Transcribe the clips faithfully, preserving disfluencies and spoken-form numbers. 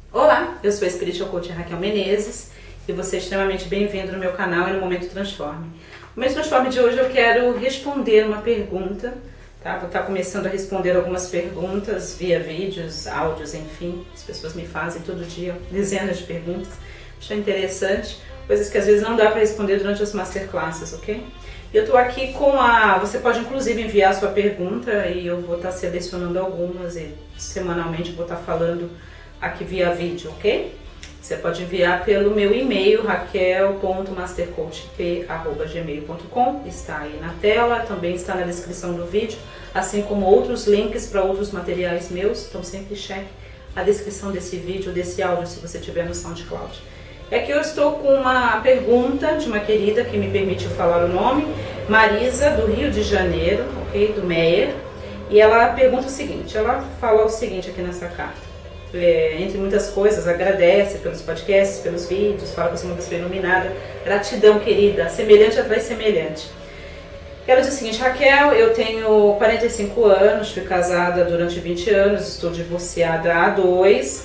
Olá, eu sou a Spiritual Coach Raquel Menezes e você é extremamente bem-vindo no meu canal e no Momento Transforme. No Momento Transforme de hoje eu quero responder uma pergunta, tá? Vou estar começando a responder algumas perguntas via vídeos, áudios, enfim. As pessoas me fazem todo dia dezenas de perguntas, acho interessante, coisas que às vezes não dá para responder durante as masterclasses, ok? Eu estou aqui com a... Você pode inclusive enviar a sua pergunta e eu vou estar selecionando algumas e semanalmente vou estar falando aqui via vídeo, ok? Você pode enviar pelo meu e-mail raquel ponto mastercoachp arroba gmail ponto com, está aí na tela, também está na descrição do vídeo, assim como outros links para outros materiais meus, então sempre cheque a descrição desse vídeo, desse áudio, se você tiver no SoundCloud. É que eu estou com uma pergunta de uma querida que me permitiu falar o nome, Marisa, do Rio de Janeiro, ok? Do Meyer, e ela pergunta o seguinte, ela fala o seguinte aqui nessa carta. É, entre muitas coisas, agradece pelos podcasts, pelos vídeos, fala que você é uma pessoa iluminada. Gratidão, querida, semelhante atrai semelhante. Ela diz o seguinte: Raquel, eu tenho quarenta e cinco anos, fui casada durante vinte anos, estou divorciada há dois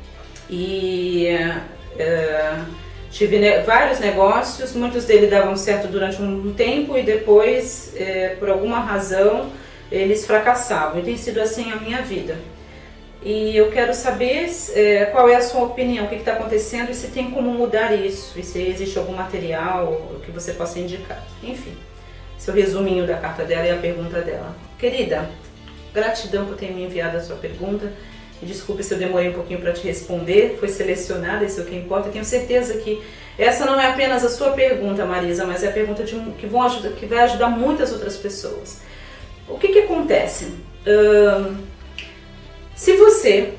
e é, tive ne- vários negócios, muitos deles davam certo durante um tempo e depois, é, por alguma razão, eles fracassavam, e tem sido assim a minha vida. E eu quero saber é, qual é a sua opinião, o que está acontecendo e se tem como mudar isso, e se existe algum material que você possa indicar. Enfim, esse é o resuminho da carta dela e a pergunta dela. Querida, gratidão por ter me enviado a sua pergunta, e desculpe se eu demorei um pouquinho para te responder, foi selecionada, isso é o que importa. Tenho certeza que essa não é apenas a sua pergunta, Marisa, mas é a pergunta de, que, vão ajudar, que vai ajudar muitas outras pessoas. O que que acontece? Hum, Se você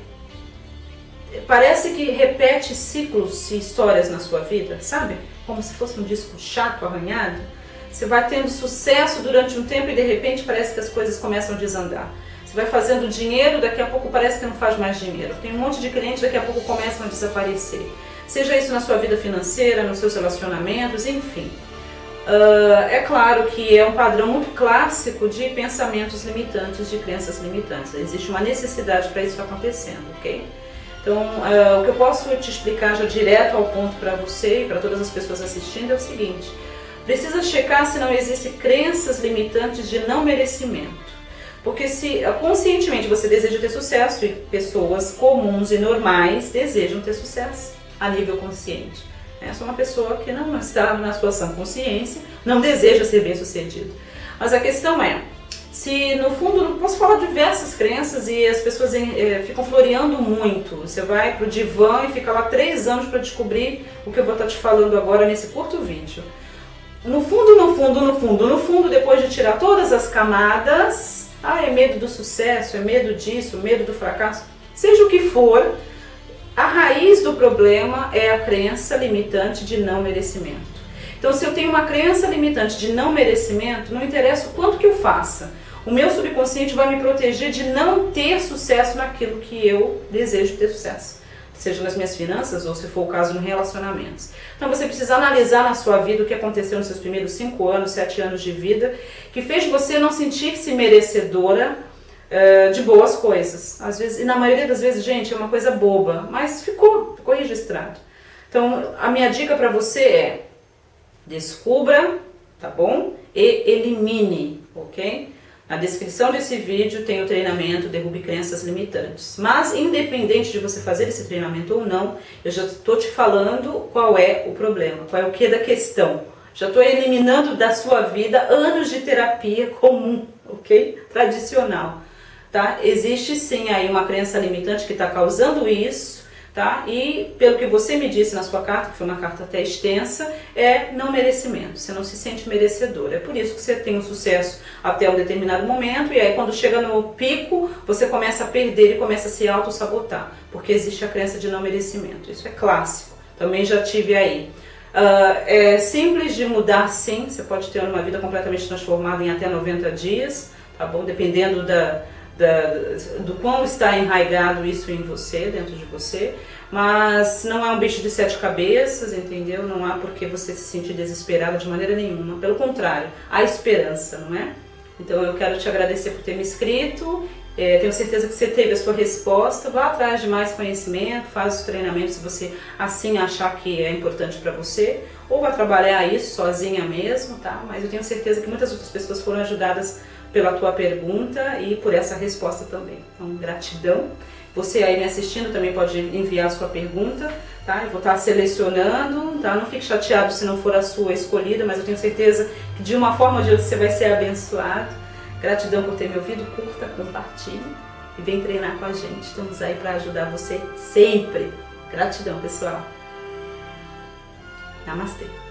parece que repete ciclos e histórias na sua vida, sabe? Como se fosse um disco chato, arranhado. Você vai tendo sucesso durante um tempo e de repente parece que as coisas começam a desandar. Você vai fazendo dinheiro, daqui a pouco parece que não faz mais dinheiro. Tem um monte de clientes, daqui a pouco começam a desaparecer. Seja isso na sua vida financeira, nos seus relacionamentos, enfim. Uh, é claro que é um padrão muito clássico de pensamentos limitantes, de crenças limitantes. Existe uma necessidade para isso acontecendo, ok? Então, uh, o que eu posso te explicar já direto ao ponto para você e para todas as pessoas assistindo é o seguinte: precisa checar se não existem crenças limitantes de não merecimento. Porque se conscientemente você deseja ter sucesso, e pessoas comuns e normais desejam ter sucesso a nível consciente. Eu sou uma pessoa que não está na sua sã consciência, não deseja ser bem sucedido. Mas a questão é, se no fundo, não posso falar diversas crenças e as pessoas é, ficam floreando muito. Você vai pro divã e fica lá três anos para descobrir o que eu vou estar te falando agora nesse curto vídeo. No fundo, no fundo, no fundo, no fundo, depois de tirar todas as camadas, ah, é medo do sucesso, é medo disso, medo do fracasso, seja o que for, a raiz do problema é a crença limitante de não merecimento. Então, se eu tenho uma crença limitante de não merecimento, não interessa o quanto que eu faça, o meu subconsciente vai me proteger de não ter sucesso naquilo que eu desejo ter sucesso, seja nas minhas finanças ou, se for o caso, nos relacionamentos. Então, você precisa analisar na sua vida o que aconteceu nos seus primeiros cinco anos, sete anos de vida, que fez você não sentir-se merecedora de boas coisas. Às vezes, e na maioria das vezes, gente, é uma coisa boba, mas ficou, ficou registrado. Então, a minha dica para você é: descubra, tá bom? E elimine, ok? Na descrição desse vídeo tem o treinamento Derrube Crenças Limitantes. Mas, independente de você fazer esse treinamento ou não, eu já estou te falando qual é o problema, qual é o que da questão. Já estou eliminando da sua vida anos de terapia comum, ok? Tradicional. Tá? Existe sim aí uma crença limitante que está causando isso, tá? E pelo que você me disse na sua carta, que foi uma carta até extensa, é não merecimento, você não se sente merecedor. É por isso que você tem um sucesso até um determinado momento, e aí quando chega no pico, você começa a perder e começa a se auto-sabotar, porque existe a crença de não merecimento. Isso é clássico, também já tive aí. Uh, é simples de mudar, sim, você pode ter uma vida completamente transformada em até noventa dias, tá bom? Dependendo da Da, do quão está enraizado isso em você, dentro de você, mas não é um bicho de sete cabeças, entendeu? Não há por que você se sentir desesperado de maneira nenhuma, pelo contrário, há esperança, não é? Então eu quero te agradecer por ter me escrito É, tenho certeza que você teve a sua resposta. Vá atrás de mais conhecimento, faz os treinamentos se você assim achar que é importante para você, ou vai trabalhar isso sozinha mesmo, tá? Mas eu tenho certeza que muitas outras pessoas foram ajudadas pela tua pergunta e por essa resposta também. Então, gratidão. Você aí me assistindo também pode enviar a sua pergunta, tá? Eu vou estar selecionando, tá? Não fique chateado se não for a sua escolhida, mas eu tenho certeza que de uma forma ou de outra você vai ser abençoado. Gratidão por ter me ouvido, curta, compartilhe e vem treinar com a gente. Estamos aí para ajudar você sempre. Gratidão, pessoal. Namastê.